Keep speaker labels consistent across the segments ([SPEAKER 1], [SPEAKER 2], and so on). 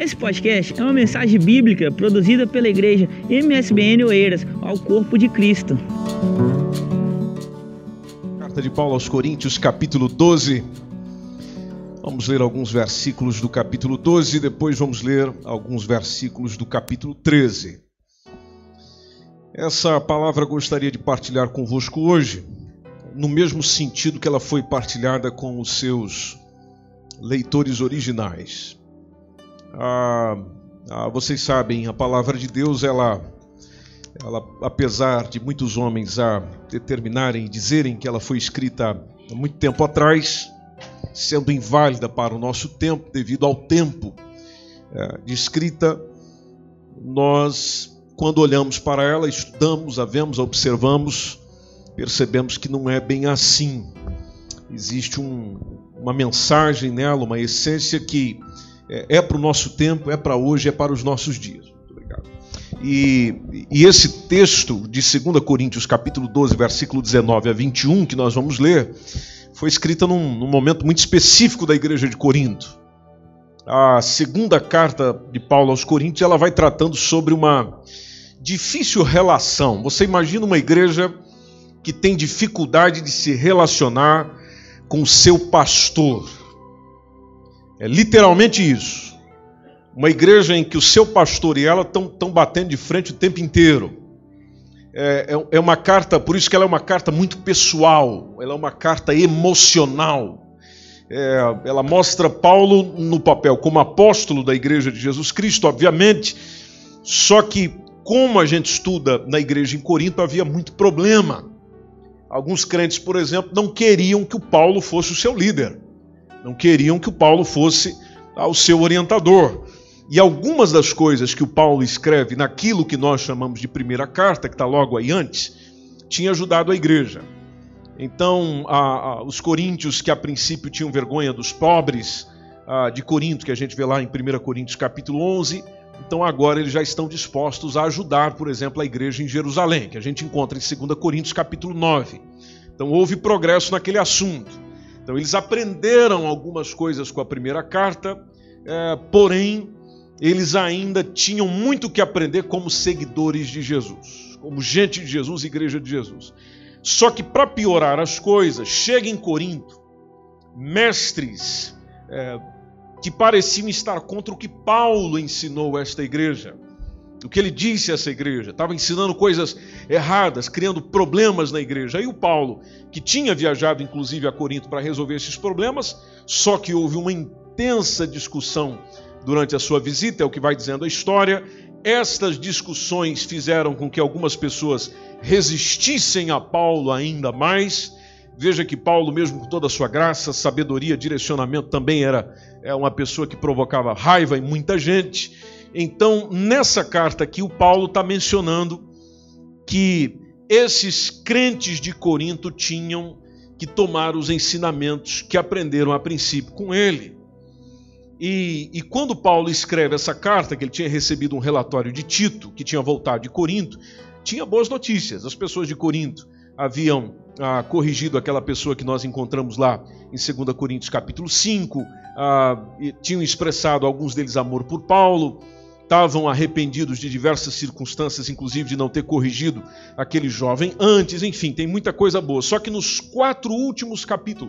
[SPEAKER 1] Esse podcast é uma mensagem bíblica produzida pela igreja MSBN Oeiras ao Corpo de Cristo.
[SPEAKER 2] Carta de Paulo aos Coríntios, capítulo 12. Vamos ler alguns versículos do capítulo 12 e depois vamos ler alguns versículos do capítulo 13. Essa palavra eu gostaria de partilhar convosco hoje, no mesmo sentido que ela foi partilhada com os seus leitores originais. Vocês sabem, a palavra de Deus, ela, apesar de muitos homens determinarem e dizerem que ela foi escrita há muito tempo atrás, sendo inválida para o nosso tempo, devido ao tempo de escrita, nós, quando olhamos para ela, estudamos, a vemos, a observamos, percebemos que não é bem assim. Existe uma mensagem nela, uma essência que é para o nosso tempo, é para hoje, é para os nossos dias. Muito obrigado. E esse texto de 2 Coríntios, capítulo 12, versículo 19 a 21, que nós vamos ler, foi escrita num momento muito específico da igreja de Corinto. A segunda carta de Paulo aos Coríntios, ela vai tratando sobre uma difícil relação. Você imagina uma igreja que tem dificuldade de se relacionar com o seu pastor. É literalmente isso. Uma igreja em que o seu pastor e ela estão batendo de frente o tempo inteiro. É uma carta, por isso que ela é uma carta muito pessoal, ela é uma carta emocional. Ela mostra Paulo no papel como apóstolo da igreja de Jesus Cristo, obviamente, só que como a gente estuda na igreja em Corinto, havia muito problema. Alguns crentes, por exemplo, não queriam que o Paulo fosse o seu líder, não queriam que o Paulo fosse o seu orientador. E algumas das coisas que o Paulo escreve naquilo que nós chamamos de primeira carta, que está logo aí antes, tinha ajudado a igreja. Então, os coríntios que a princípio tinham vergonha dos pobres de Corinto, que a gente vê lá em 1 Coríntios capítulo 11, então agora eles já estão dispostos a ajudar, por exemplo, a igreja em Jerusalém, que a gente encontra em 2 Coríntios capítulo 9. Então houve progresso naquele assunto. Então eles aprenderam algumas coisas com a primeira carta, porém eles ainda tinham muito que aprender como seguidores de Jesus, como gente de Jesus, igreja de Jesus. Só que para piorar as coisas, chega em Corinto mestres que pareciam estar contra o que Paulo ensinou a esta igreja, o que ele disse a essa igreja. Estava ensinando coisas erradas, criando problemas na igreja. Aí o Paulo, que tinha viajado inclusive a Corinto para resolver esses problemas, só que houve uma intensa discussão durante a sua visita, é o que vai dizendo a história. Estas discussões fizeram com que algumas pessoas resistissem a Paulo ainda mais. Veja que Paulo, mesmo com toda a sua graça, sabedoria, direcionamento, também era uma pessoa que provocava raiva em muita gente. Então, nessa carta aqui, o Paulo está mencionando que esses crentes de Corinto tinham que tomar os ensinamentos que aprenderam a princípio com ele. E quando Paulo escreve essa carta, que ele tinha recebido um relatório de Tito, que tinha voltado de Corinto, tinha boas notícias. As pessoas de Corinto haviam corrigido aquela pessoa que nós encontramos lá em 2 Coríntios capítulo 5, tinham expressado, alguns deles, amor por Paulo, estavam arrependidos de diversas circunstâncias, inclusive de não ter corrigido aquele jovem antes. Enfim, tem muita coisa boa. Só que nos 4 últimos capítulos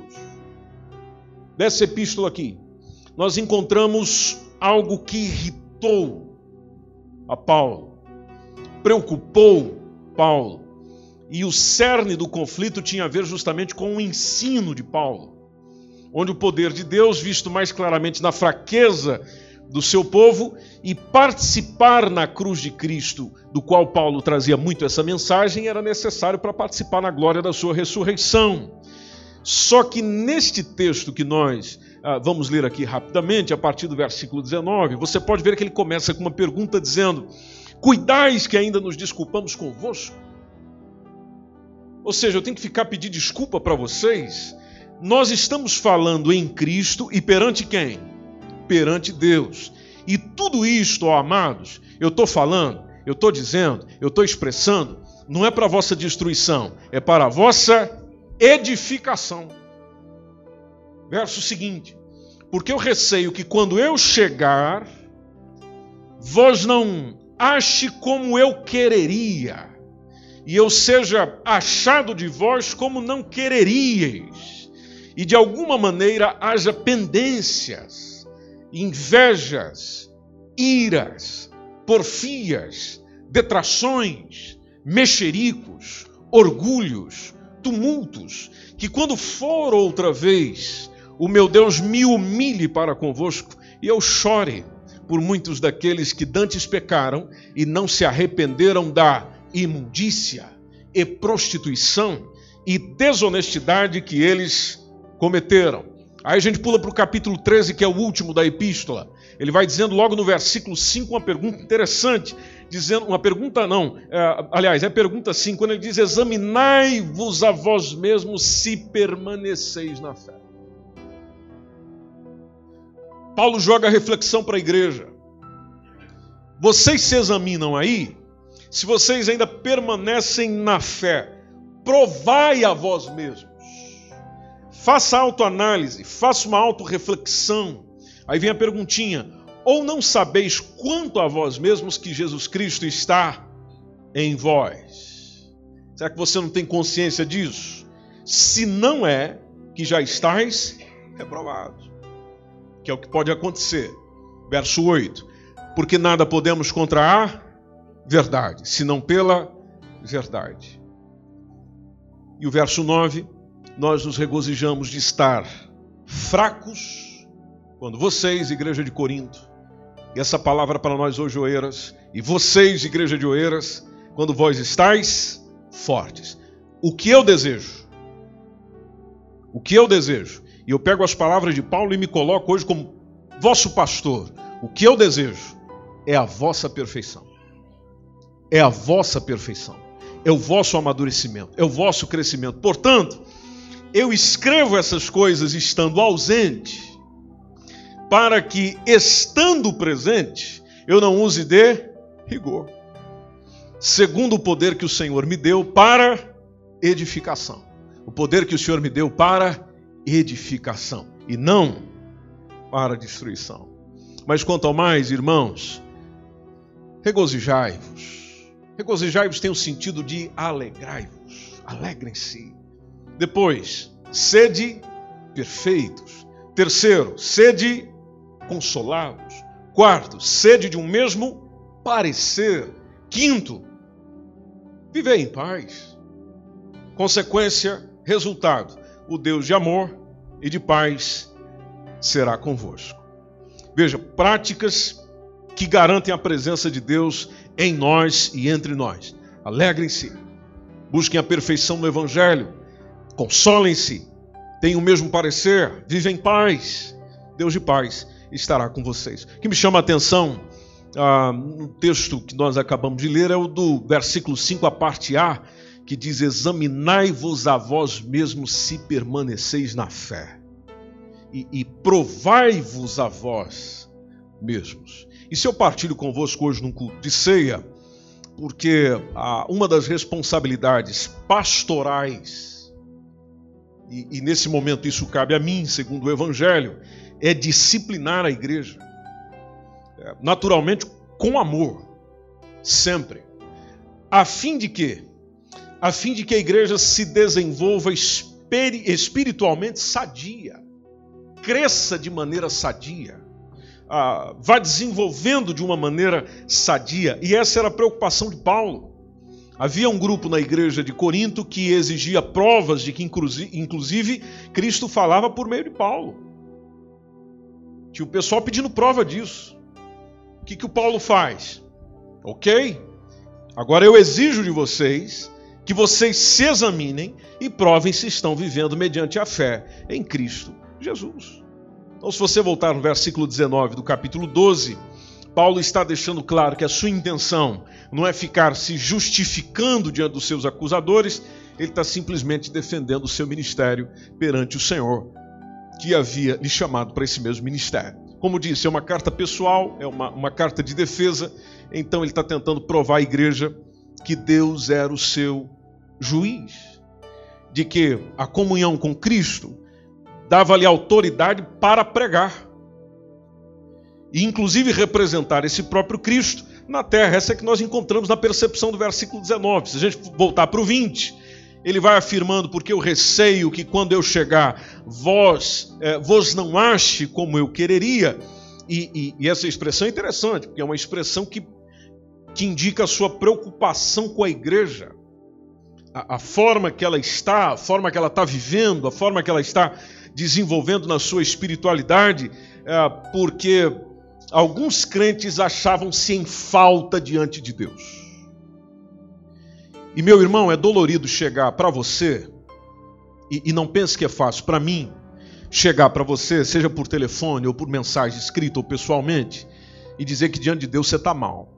[SPEAKER 2] dessa epístola aqui, nós encontramos algo que irritou a Paulo, preocupou Paulo. E o cerne do conflito tinha a ver justamente com o ensino de Paulo, onde o poder de Deus, visto mais claramente na fraqueza do seu povo, e participar na cruz de Cristo, do qual Paulo trazia muito essa mensagem, era necessário para participar na glória da sua ressurreição. Só que neste texto que nós vamos ler aqui rapidamente, a partir do versículo 19, você pode ver que ele começa com uma pergunta dizendo: cuidais que ainda nos desculpamos convosco? Ou seja, eu tenho que ficar pedindo desculpa para vocês? Nós estamos falando em Cristo e perante quem? Perante Deus. E tudo isto, ó amados, eu estou falando, eu estou dizendo, eu estou expressando, não é para a vossa destruição, é para a vossa edificação. Verso seguinte: porque eu receio que quando eu chegar, vós não ache como eu quereria, e eu seja achado de vós como não quereríeis, e de alguma maneira haja pendências, invejas, iras, porfias, detrações, mexericos, orgulhos, tumultos, que quando for outra vez, o meu Deus me humilhe para convosco, e eu chore por muitos daqueles que dantes pecaram e não se arrependeram da imundícia e prostituição e desonestidade que eles cometeram. Aí a gente pula para o capítulo 13, que é o último da epístola. Ele vai dizendo logo no versículo 5 uma pergunta interessante, dizendo, uma pergunta não, aliás, é pergunta 5, quando ele diz: examinai-vos a vós mesmos se permaneceis na fé. Paulo joga a reflexão para a igreja. Vocês se examinam aí? Se vocês ainda permanecem na fé, provai a vós mesmos. Faça autoanálise, faça uma autorreflexão. Aí vem a perguntinha: ou não sabeis quanto a vós mesmos que Jesus Cristo está em vós? Será que você não tem consciência disso? Se não é, que já estáis reprovados. Que é o que pode acontecer. Verso 8. Porque nada podemos contra a verdade, senão pela verdade. E o verso 9. Nós nos regozijamos de estar fracos, quando vocês, igreja de Corinto, e essa palavra para nós hoje, Oeiras, e vocês, igreja de Oeiras, quando vós estáis fortes. O que eu desejo, e eu pego as palavras de Paulo e me coloco hoje como vosso pastor, o que eu desejo é a vossa perfeição. É a vossa perfeição. É o vosso amadurecimento. É o vosso crescimento. Portanto, eu escrevo essas coisas estando ausente, para que, estando presente, eu não use de rigor, segundo o poder que o Senhor me deu para edificação. O poder que o Senhor me deu para edificação e não para destruição. Mas quanto ao mais, irmãos, regozijai-vos. Regozijai-vos tem o sentido de alegrai-vos. Alegrem-se. Depois, sede perfeitos. Terceiro, sede consolados. Quarto, sede de um mesmo parecer. Quinto, vivei em paz. Consequência, resultado: o Deus de amor e de paz será convosco. Veja, práticas que garantem a presença de Deus em nós e entre nós. Alegrem-se, busquem a perfeição no Evangelho, consolem-se, tenham o mesmo parecer, vivem em paz. Deus de paz estará com vocês. O que me chama a atenção no texto que nós acabamos de ler é o do versículo 5, a parte A, que diz: examinai-vos a vós mesmos se permaneceis na fé, e provai-vos a vós mesmos. Isso eu partilho convosco hoje num culto de ceia, porque uma das responsabilidades pastorais, e nesse momento isso cabe a mim, segundo o Evangelho, é disciplinar a igreja, naturalmente com amor, sempre, a fim de que a igreja se desenvolva espiritualmente sadia, cresça de maneira sadia, vá desenvolvendo de uma maneira sadia. E essa era a preocupação de Paulo. Havia um grupo na igreja de Corinto que exigia provas de que inclusive Cristo falava por meio de Paulo. Tinha o pessoal pedindo prova disso. O que o Paulo faz? Ok, agora eu exijo de vocês que vocês se examinem e provem se estão vivendo mediante a fé em Cristo Jesus. Então, se você voltar no versículo 19 do capítulo 12, Paulo está deixando claro que a sua intenção não é ficar se justificando diante dos seus acusadores, ele está simplesmente defendendo o seu ministério perante o Senhor, que havia lhe chamado para esse mesmo ministério. Como disse, é uma carta pessoal, é uma carta de defesa, então ele está tentando provar à igreja que Deus era o seu juiz, de que a comunhão com Cristo dava-lhe autoridade para pregar. e inclusive representar esse próprio Cristo na terra. Essa é que nós encontramos na percepção do versículo 19. Se a gente voltar para o 20, ele vai afirmando: porque eu receio que quando eu chegar, vos não ache como eu quereria. E essa expressão é interessante, porque é uma expressão que indica a sua preocupação com a igreja. A forma que ela está, a forma que ela está vivendo, a forma que ela está desenvolvendo na sua espiritualidade, porque alguns crentes achavam-se em falta diante de Deus. E, meu irmão, é dolorido chegar para você, e não pense que é fácil, para mim, chegar para você, seja por telefone ou por mensagem escrita ou pessoalmente, e dizer que diante de Deus você está mal.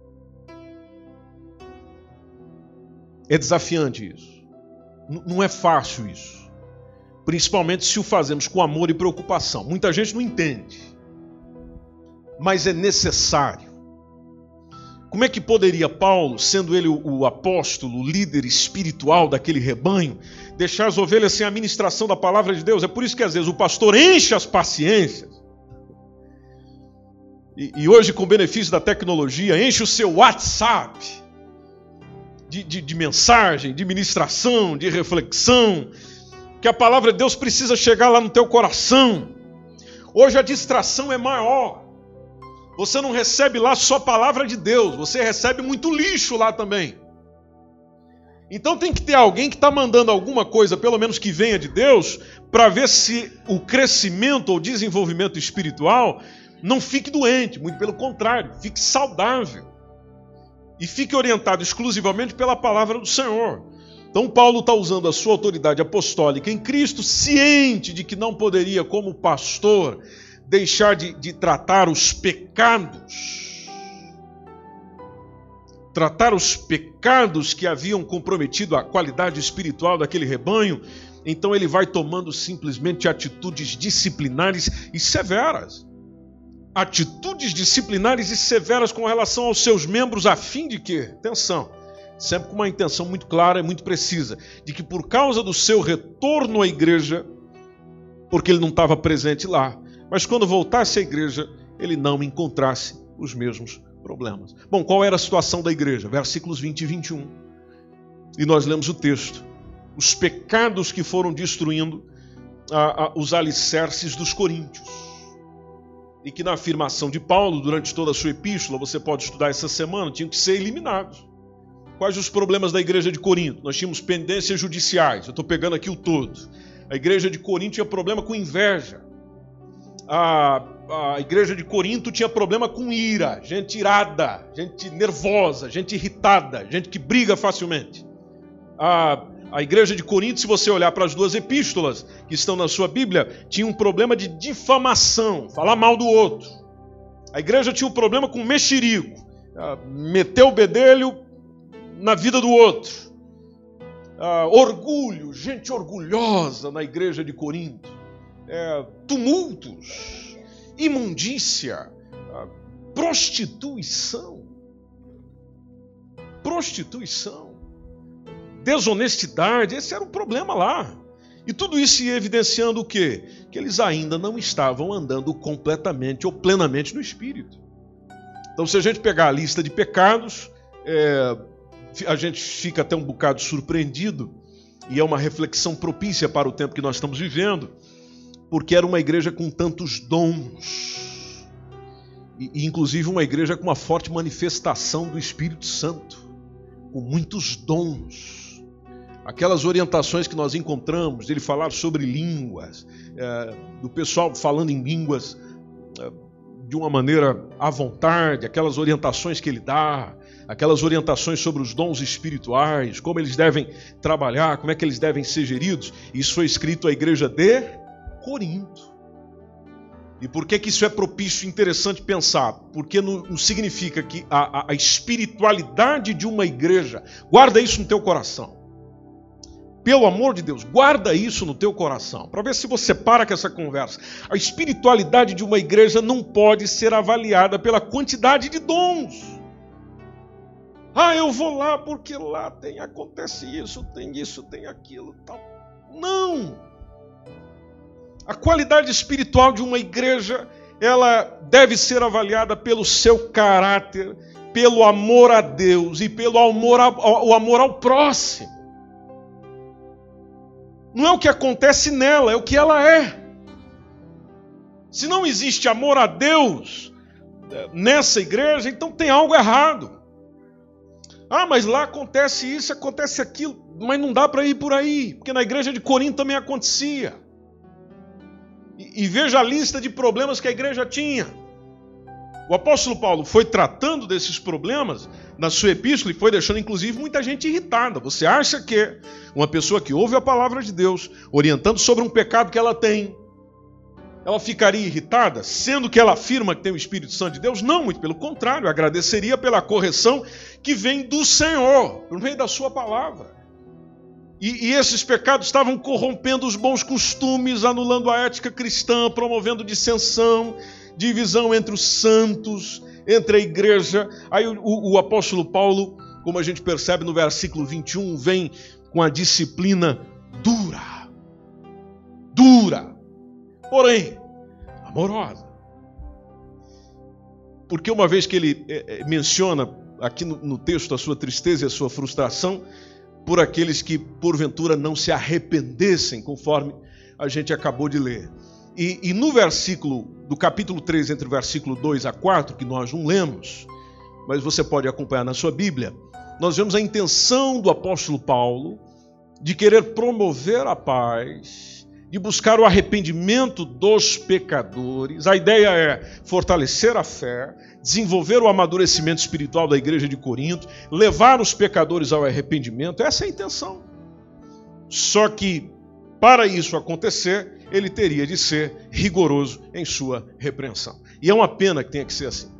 [SPEAKER 2] É desafiante isso. Não é fácil isso. Principalmente se o fazemos com amor e preocupação. Muita gente não entende. Mas é necessário. Como é que poderia Paulo, sendo ele o apóstolo, o líder espiritual daquele rebanho, deixar as ovelhas sem a ministração da palavra de Deus? É por isso que às vezes o pastor enche as paciências. E hoje, com o benefício da tecnologia, enche o seu WhatsApp de mensagem, de ministração, de reflexão, que a palavra de Deus precisa chegar lá no teu coração. Hoje a distração é maior. Você não recebe lá só a palavra de Deus, você recebe muito lixo lá também. Então tem que ter alguém que está mandando alguma coisa, pelo menos que venha de Deus, para ver se o crescimento ou desenvolvimento espiritual não fique doente, muito pelo contrário, fique saudável. E fique orientado exclusivamente pela palavra do Senhor. Então Paulo está usando a sua autoridade apostólica em Cristo, ciente de que não poderia, como pastor, deixar de tratar os pecados. Tratar os pecados que haviam comprometido a qualidade espiritual daquele rebanho. Então ele vai tomando simplesmente atitudes disciplinares e severas. Atitudes disciplinares e severas com relação aos seus membros, a fim de que, atenção, sempre com uma intenção muito clara e muito precisa, de que por causa do seu retorno à igreja, porque ele não estava presente lá, mas quando voltasse à igreja, ele não encontrasse os mesmos problemas. Bom, qual era a situação da igreja? Versículos 20 e 21. E nós lemos o texto. Os pecados que foram destruindo os alicerces dos coríntios. E que na afirmação de Paulo, durante toda a sua epístola, você pode estudar essa semana, tinham que ser eliminados. Quais os problemas da igreja de Corinto? Nós tínhamos pendências judiciais, eu estou pegando aqui o todo. A igreja de Corinto tinha problema com inveja. A igreja de Corinto tinha problema com ira, gente irada, gente nervosa, gente irritada, gente que briga facilmente. A igreja de Corinto, se você olhar para as duas epístolas que estão na sua Bíblia, tinha um problema de difamação, falar mal do outro. A igreja tinha um problema com mexerico, meter o bedelho na vida do outro. Orgulho, gente orgulhosa na igreja de Corinto. Tumultos, imundícia, prostituição, desonestidade, esse era o problema lá. E tudo isso ia evidenciando o quê? Que eles ainda não estavam andando completamente ou plenamente no Espírito. Então, se a gente pegar a lista de pecados, a gente fica até um bocado surpreendido, e é uma reflexão propícia para o tempo que nós estamos vivendo, porque era uma igreja com tantos dons, e inclusive uma igreja com uma forte manifestação do Espírito Santo, com muitos dons. Aquelas orientações que nós encontramos, dele falar sobre línguas, do pessoal falando em línguas de uma maneira à vontade, aquelas orientações que ele dá, aquelas orientações sobre os dons espirituais, como eles devem trabalhar, como é que eles devem ser geridos. Isso foi escrito à igreja de Corinto. E por que isso é propício e interessante pensar? Porque não significa que a espiritualidade de uma igreja, guarda isso no teu coração. Pelo amor de Deus, guarda isso no teu coração, para ver se você para com essa conversa. A espiritualidade de uma igreja não pode ser avaliada pela quantidade de dons. Eu vou lá porque lá acontece isso, tem aquilo, tal. Não! A qualidade espiritual de uma igreja ela deve ser avaliada pelo seu caráter, pelo amor a Deus e pelo amor ao próximo. Não é o que acontece nela, é o que ela é. Se não existe amor a Deus nessa igreja, então tem algo errado. Ah, mas lá acontece isso, acontece aquilo, mas não dá para ir por aí, porque na igreja de Corinto também acontecia. E veja a lista de problemas que a igreja tinha. O apóstolo Paulo foi tratando desses problemas na sua epístola e foi deixando inclusive muita gente irritada. Você acha que uma pessoa que ouve a palavra de Deus, orientando sobre um pecado que ela tem, ela ficaria irritada, sendo que ela afirma que tem o Espírito Santo de Deus? Não, muito pelo contrário, agradeceria pela correção que vem do Senhor, por meio da sua palavra. E esses pecados estavam corrompendo os bons costumes, anulando a ética cristã, promovendo dissensão, divisão entre os santos, entre a igreja. Aí o apóstolo Paulo, como a gente percebe no versículo 21, vem com a disciplina dura, porém amorosa. Porque uma vez que ele menciona aqui no texto a sua tristeza e a sua frustração por aqueles que porventura não se arrependessem, conforme a gente acabou de ler. E no versículo do capítulo 3, entre o versículo 2 a 4, que nós não lemos, mas você pode acompanhar na sua Bíblia, nós vemos a intenção do apóstolo Paulo de querer promover a paz, de buscar o arrependimento dos pecadores. A ideia é fortalecer a fé, desenvolver o amadurecimento espiritual da igreja de Corinto, levar os pecadores ao arrependimento. Essa é a intenção. Só que, para isso acontecer, ele teria de ser rigoroso em sua repreensão. E é uma pena que tenha que ser assim.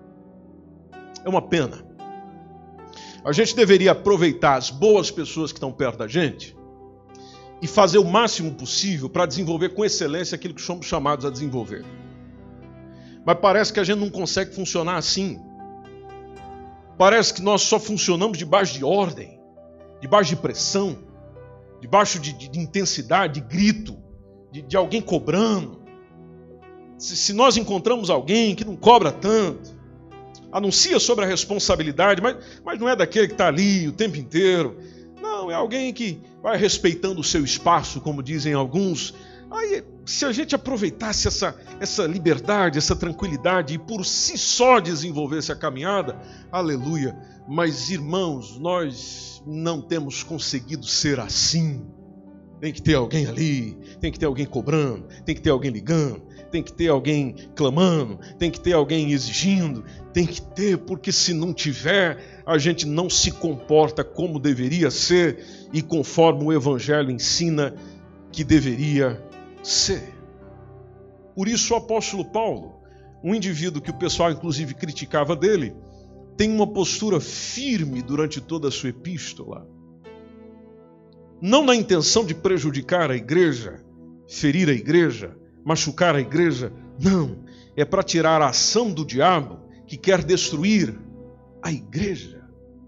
[SPEAKER 2] É uma pena. A gente deveria aproveitar as boas pessoas que estão perto da gente e fazer o máximo possível para desenvolver com excelência aquilo que somos chamados a desenvolver. Mas parece que a gente não consegue funcionar assim. Parece que nós só funcionamos debaixo de ordem, debaixo de pressão, debaixo de intensidade, de grito, de alguém cobrando. Se nós encontramos alguém que não cobra tanto, anuncia sobre a responsabilidade, mas não é daquele que está ali o tempo inteiro. Não, é alguém que vai respeitando o seu espaço, como dizem alguns. Aí, se a gente aproveitasse essa liberdade, essa tranquilidade e por si só desenvolvesse a caminhada, aleluia. Mas, irmãos, nós não temos conseguido ser assim. Tem que ter alguém ali, tem que ter alguém cobrando, tem que ter alguém ligando, tem que ter alguém clamando, tem que ter alguém exigindo, tem que ter, porque se não tiver, a gente não se comporta como deveria ser e conforme o Evangelho ensina que deveria ser. Por isso o apóstolo Paulo, um indivíduo que o pessoal inclusive criticava dele, tem uma postura firme durante toda a sua epístola. Não na intenção de prejudicar a igreja, ferir a igreja, machucar a igreja. Não, é para tirar a ação do diabo que quer destruir a igreja.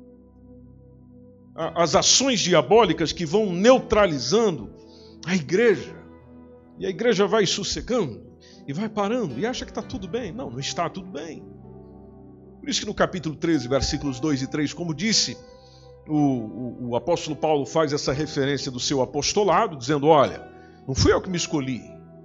[SPEAKER 2] As ações diabólicas que vão neutralizando a igreja. E a igreja vai sossegando e vai parando e acha que está tudo bem. Não, não está tudo bem. Por isso que no capítulo 13, versículos 2 e 3, como disse, o apóstolo Paulo faz essa referência do seu apostolado, dizendo, olha, não fui eu que me escolhi.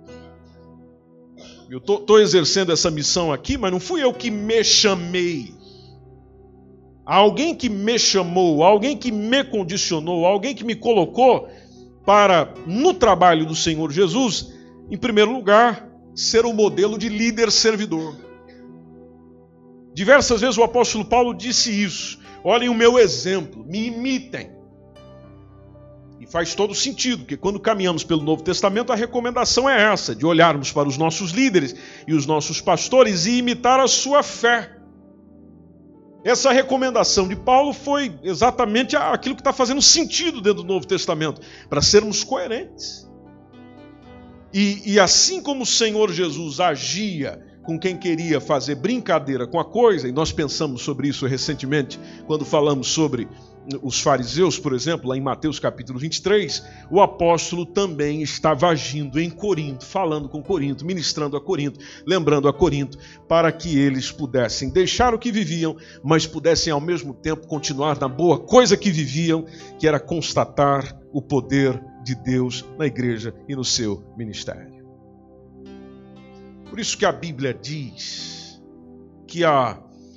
[SPEAKER 2] Eu estou exercendo essa missão aqui, mas não fui eu que me chamei. Há alguém que me chamou, alguém que me condicionou, alguém que me colocou para, no trabalho do Senhor Jesus, em primeiro lugar, ser um modelo de líder servidor. Diversas vezes o apóstolo Paulo disse isso. Olhem o meu exemplo, me imitem. E faz todo sentido, porque quando caminhamos pelo Novo Testamento, a recomendação é essa, de olharmos para os nossos líderes e os nossos pastores e imitar a sua fé. Essa recomendação de Paulo foi exatamente aquilo que está fazendo sentido dentro do Novo Testamento, para sermos coerentes. E assim como o Senhor Jesus agia com quem queria fazer brincadeira com a coisa, e nós pensamos sobre isso recentemente, quando falamos sobre os fariseus, por exemplo, lá em Mateus capítulo 23, o apóstolo também estava agindo em Corinto, falando com Corinto, ministrando a Corinto, lembrando a Corinto, para que eles pudessem deixar o que viviam, mas pudessem ao mesmo tempo continuar na boa coisa que viviam, que era constatar o poder de Deus na igreja e no seu ministério. Por isso que a Bíblia diz que a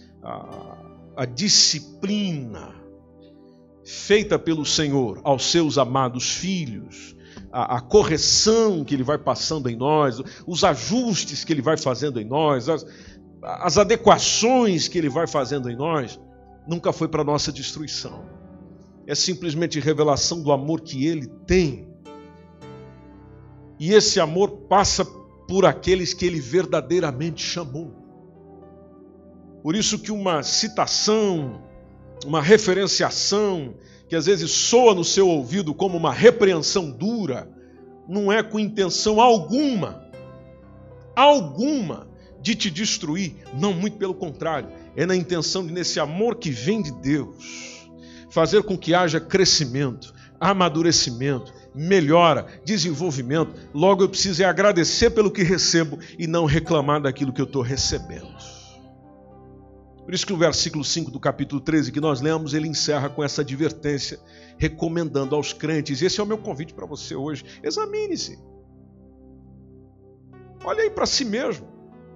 [SPEAKER 2] disciplina feita pelo Senhor aos seus amados filhos, a correção que Ele vai passando em nós, os ajustes que Ele vai fazendo em nós, as adequações que Ele vai fazendo em nós, nunca foi para nossa destruição. É simplesmente revelação do amor que Ele tem. E esse amor passa por aqueles que Ele verdadeiramente chamou. Por isso que uma citação, uma referenciação, que às vezes soa no seu ouvido como uma repreensão dura, não é com intenção alguma de te destruir, não, muito pelo contrário, é na intenção de, nesse amor que vem de Deus, fazer com que haja crescimento, amadurecimento, melhora, desenvolvimento. Logo eu preciso agradecer pelo que recebo e não reclamar daquilo que eu estou recebendo. Por isso que o versículo 5 do capítulo 13 que nós lemos, ele encerra com essa advertência, recomendando aos crentes. Esse é o meu convite para você hoje. Examine-se. Olha aí para si mesmo.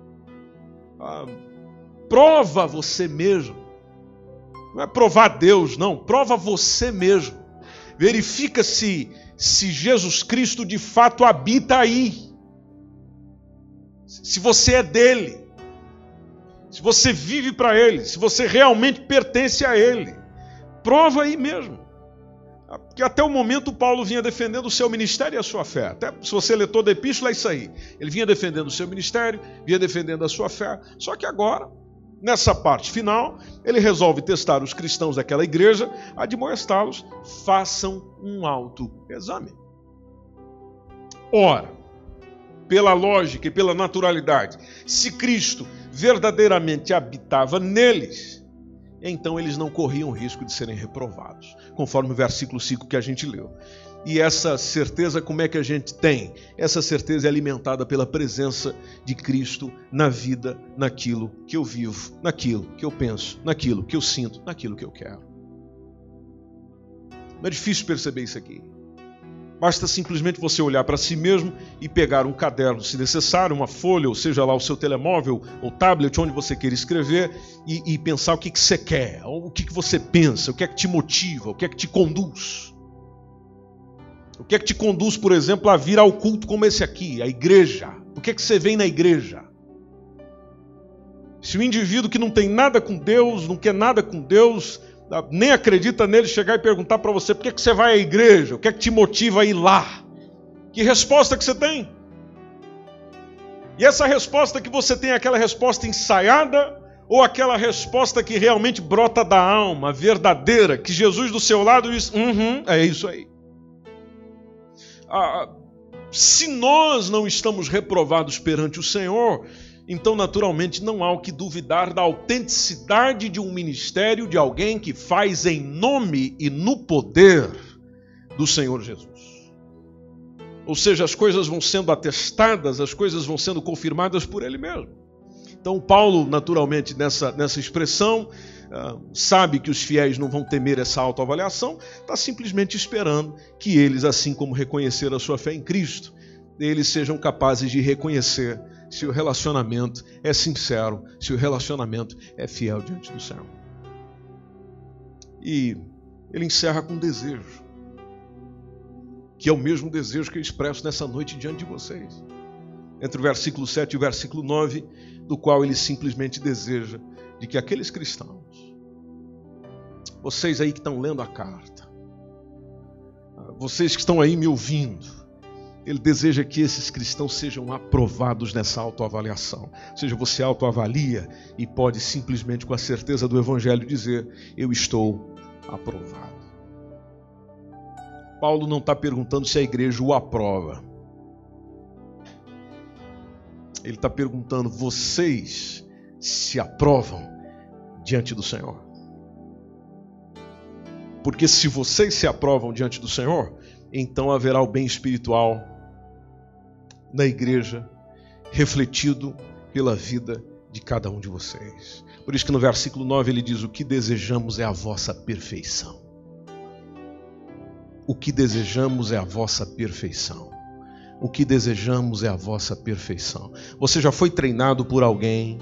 [SPEAKER 2] Prova você mesmo. Não é provar Deus, não. Prova você mesmo. Verifica se Jesus Cristo de fato habita aí. Se você é dele. Se você vive para Ele, se você realmente pertence a Ele, prova aí mesmo. Porque até o momento Paulo vinha defendendo o seu ministério e a sua fé. Até se você ler toda a epístola, é isso aí. Ele vinha defendendo o seu ministério, vinha defendendo a sua fé. Só que agora, nessa parte final, ele resolve testar os cristãos daquela igreja, admoestá-los, façam um autoexame. Ora, pela lógica e pela naturalidade, se Cristo verdadeiramente habitava neles, então eles não corriam o risco de serem reprovados, conforme o versículo 5 que a gente leu. E essa certeza, como é que a gente tem? Essa certeza é alimentada pela presença de Cristo na vida, naquilo que eu vivo, naquilo que eu penso, naquilo que eu sinto, naquilo que eu quero. Não é difícil perceber isso aqui. Basta simplesmente você olhar para si mesmo e pegar um caderno, se necessário, uma folha, ou seja lá o seu telemóvel ou tablet, onde você queira escrever, e pensar o que você quer, o que você pensa, o que é que te motiva, o que é que te conduz. O que é que te conduz, por exemplo, a vir ao culto como esse aqui, a igreja? O que é que você vem na igreja? Se o indivíduo que não tem nada com Deus, não quer nada com Deus, nem acredita nele, chegar e perguntar para você por que você vai à igreja, o que é que te motiva a ir lá? Que resposta que você tem? E essa resposta que você tem é aquela resposta ensaiada ou aquela resposta que realmente brota da alma, verdadeira, que Jesus do seu lado diz, é isso aí. Se nós não estamos reprovados perante o Senhor, então, naturalmente, não há o que duvidar da autenticidade de um ministério de alguém que faz em nome e no poder do Senhor Jesus. Ou seja, as coisas vão sendo atestadas, as coisas vão sendo confirmadas por Ele mesmo. Então, Paulo, naturalmente, nessa expressão, sabe que os fiéis não vão temer essa autoavaliação, está simplesmente esperando que eles, assim como reconheceram a sua fé em Cristo, eles sejam capazes de reconhecer se o relacionamento é sincero, se o relacionamento é fiel diante do Senhor. E ele encerra com um desejo, que é o mesmo desejo que eu expresso nessa noite diante de vocês. Entre o versículo 7 e o versículo 9, do qual ele simplesmente deseja de que aqueles cristãos, vocês aí que estão lendo a carta, vocês que estão aí me ouvindo, ele deseja que esses cristãos sejam aprovados nessa autoavaliação. Ou seja, você autoavalia e pode simplesmente, com a certeza do Evangelho, dizer, eu estou aprovado. Paulo não está perguntando se a igreja o aprova. Ele está perguntando: vocês se aprovam diante do Senhor? Porque se vocês se aprovam diante do Senhor, então haverá o bem espiritual na igreja, refletido pela vida de cada um de vocês. Por isso que no versículo 9 ele diz: o que desejamos é a vossa perfeição. O que desejamos é a vossa perfeição. O que desejamos é a vossa perfeição. Você já foi treinado por alguém,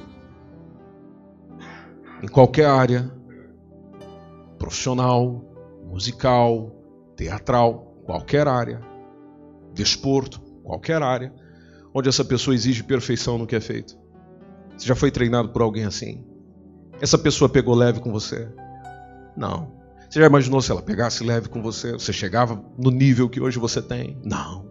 [SPEAKER 2] em qualquer área, profissional, musical, teatral, qualquer área, desporto, qualquer área, onde essa pessoa exige perfeição no que é feito? Você já foi treinado por alguém assim? Essa pessoa pegou leve com você? Não. Você já imaginou se ela pegasse leve com você? Você chegava no nível que hoje você tem? Não.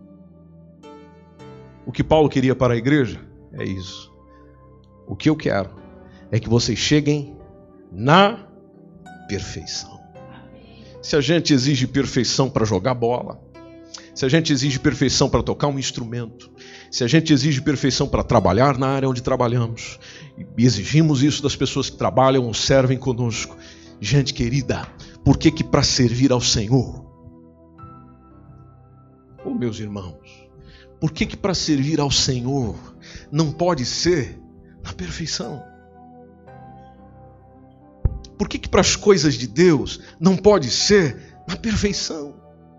[SPEAKER 2] O que Paulo queria para a igreja é isso. O que eu quero é que vocês cheguem na perfeição. Se a gente exige perfeição para jogar bola, se a gente exige perfeição para tocar um instrumento, se a gente exige perfeição para trabalhar na área onde trabalhamos, e exigimos isso das pessoas que trabalham ou servem conosco, gente querida, por que para servir ao Senhor, meus irmãos, por que para servir ao Senhor não pode ser na perfeição? Por que para as coisas de Deus não pode ser na perfeição?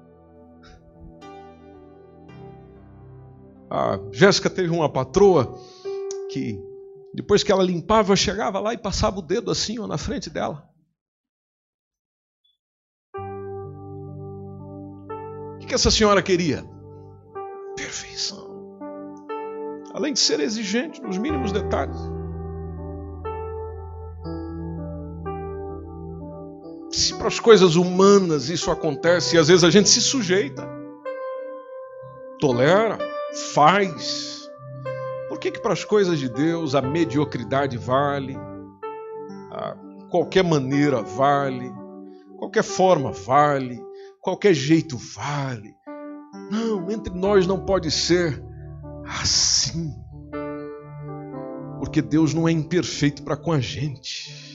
[SPEAKER 2] A Jéssica teve uma patroa que, depois que ela limpava, chegava lá e passava o dedo assim, ó, na frente dela. O que essa senhora queria? Perfeição. Além de ser exigente nos mínimos detalhes. Se para as coisas humanas isso acontece, e às vezes a gente se sujeita, tolera, faz, por que para as coisas de Deus a mediocridade vale, qualquer maneira vale, qualquer forma vale, qualquer jeito vale? Não, entre nós não pode ser assim, porque Deus não é imperfeito para com a gente.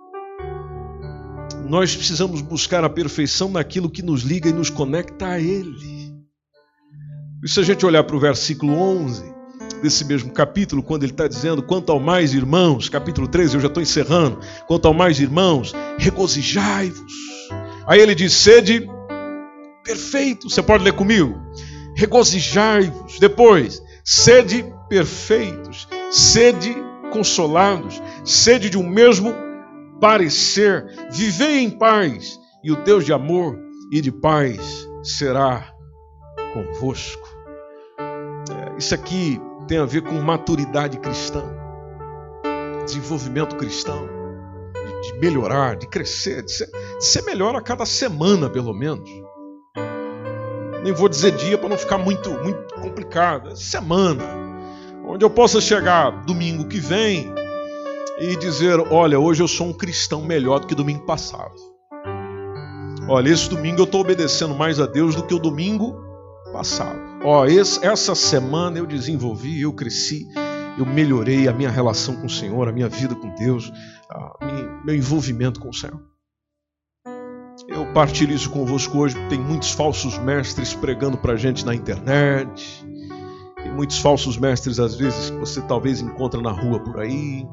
[SPEAKER 2] Nós precisamos buscar a perfeição naquilo que nos liga e nos conecta a Ele. E se a gente olhar para o versículo 11 desse mesmo capítulo, quando ele está dizendo: quanto ao mais, irmãos, capítulo 13, eu já estou encerrando, quanto ao mais, irmãos, regozijai-vos. Aí ele diz: sede perfeitos. Você pode ler comigo? Regozijai-vos. Depois, sede perfeitos, sede consolados, sede de um mesmo parecer, vivei em paz, e o Deus de amor e de paz será convosco. Isso aqui tem a ver com maturidade cristã, desenvolvimento cristão, de melhorar, de crescer, de ser melhor a cada semana, pelo menos. Nem vou dizer dia para não ficar muito complicado. Semana, onde eu possa chegar domingo que vem e dizer: olha, hoje eu sou um cristão melhor do que domingo passado. Olha, esse domingo eu estou obedecendo mais a Deus do que o domingo passado. Essa semana eu desenvolvi, eu cresci, eu melhorei a minha relação com o Senhor, a minha vida com Deus, meu envolvimento com o Senhor. Eu partilho isso convosco hoje, porque tem muitos falsos mestres pregando para a gente na internet, tem muitos falsos mestres às vezes que você talvez encontra na rua por aí,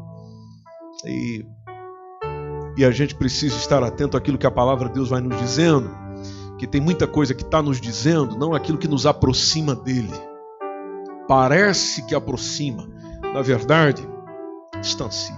[SPEAKER 2] e a gente precisa estar atento àquilo que a palavra de Deus vai nos dizendo, que tem muita coisa que está nos dizendo, não aquilo que nos aproxima dele. Parece que aproxima, na verdade, distancia.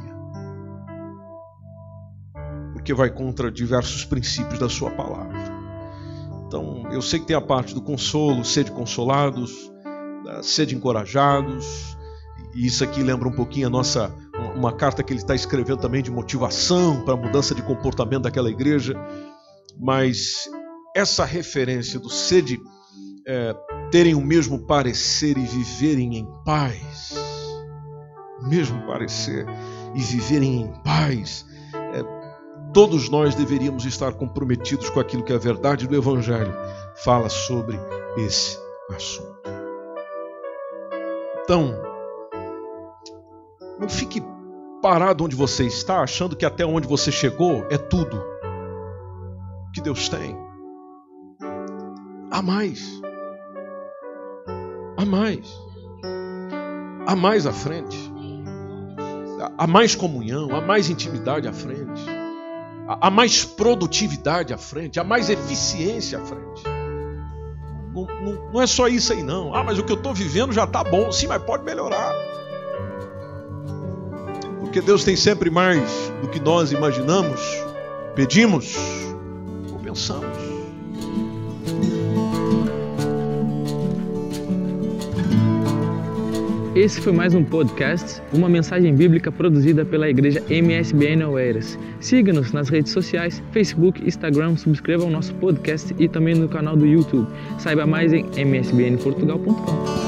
[SPEAKER 2] Porque vai contra diversos princípios da sua palavra. Então, eu sei que tem a parte do consolo, sede consolados, sede encorajados, e isso aqui lembra um pouquinho uma carta que ele está escrevendo também de motivação para a mudança de comportamento daquela igreja, mas essa referência do sede, terem o mesmo parecer e viverem em paz, mesmo parecer e viverem em paz, todos nós deveríamos estar comprometidos com aquilo que a verdade do Evangelho fala sobre esse assunto. Então, Não fique parado onde você está, achando que até onde você chegou é tudo que Deus tem. Há mais. Há mais. Há mais à frente. Há mais comunhão, há mais intimidade à frente. Há mais produtividade à frente, há mais eficiência à frente. Não é só isso aí não. Mas o que eu estou vivendo já está bom. Sim, mas pode melhorar. Porque Deus tem sempre mais do que nós imaginamos, pedimos ou pensamos.
[SPEAKER 1] Esse foi mais um podcast, uma mensagem bíblica produzida pela igreja MSBN Oeiras. Siga-nos nas redes sociais, Facebook, Instagram, subscreva o nosso podcast e também no canal do YouTube. Saiba mais em msbnportugal.com.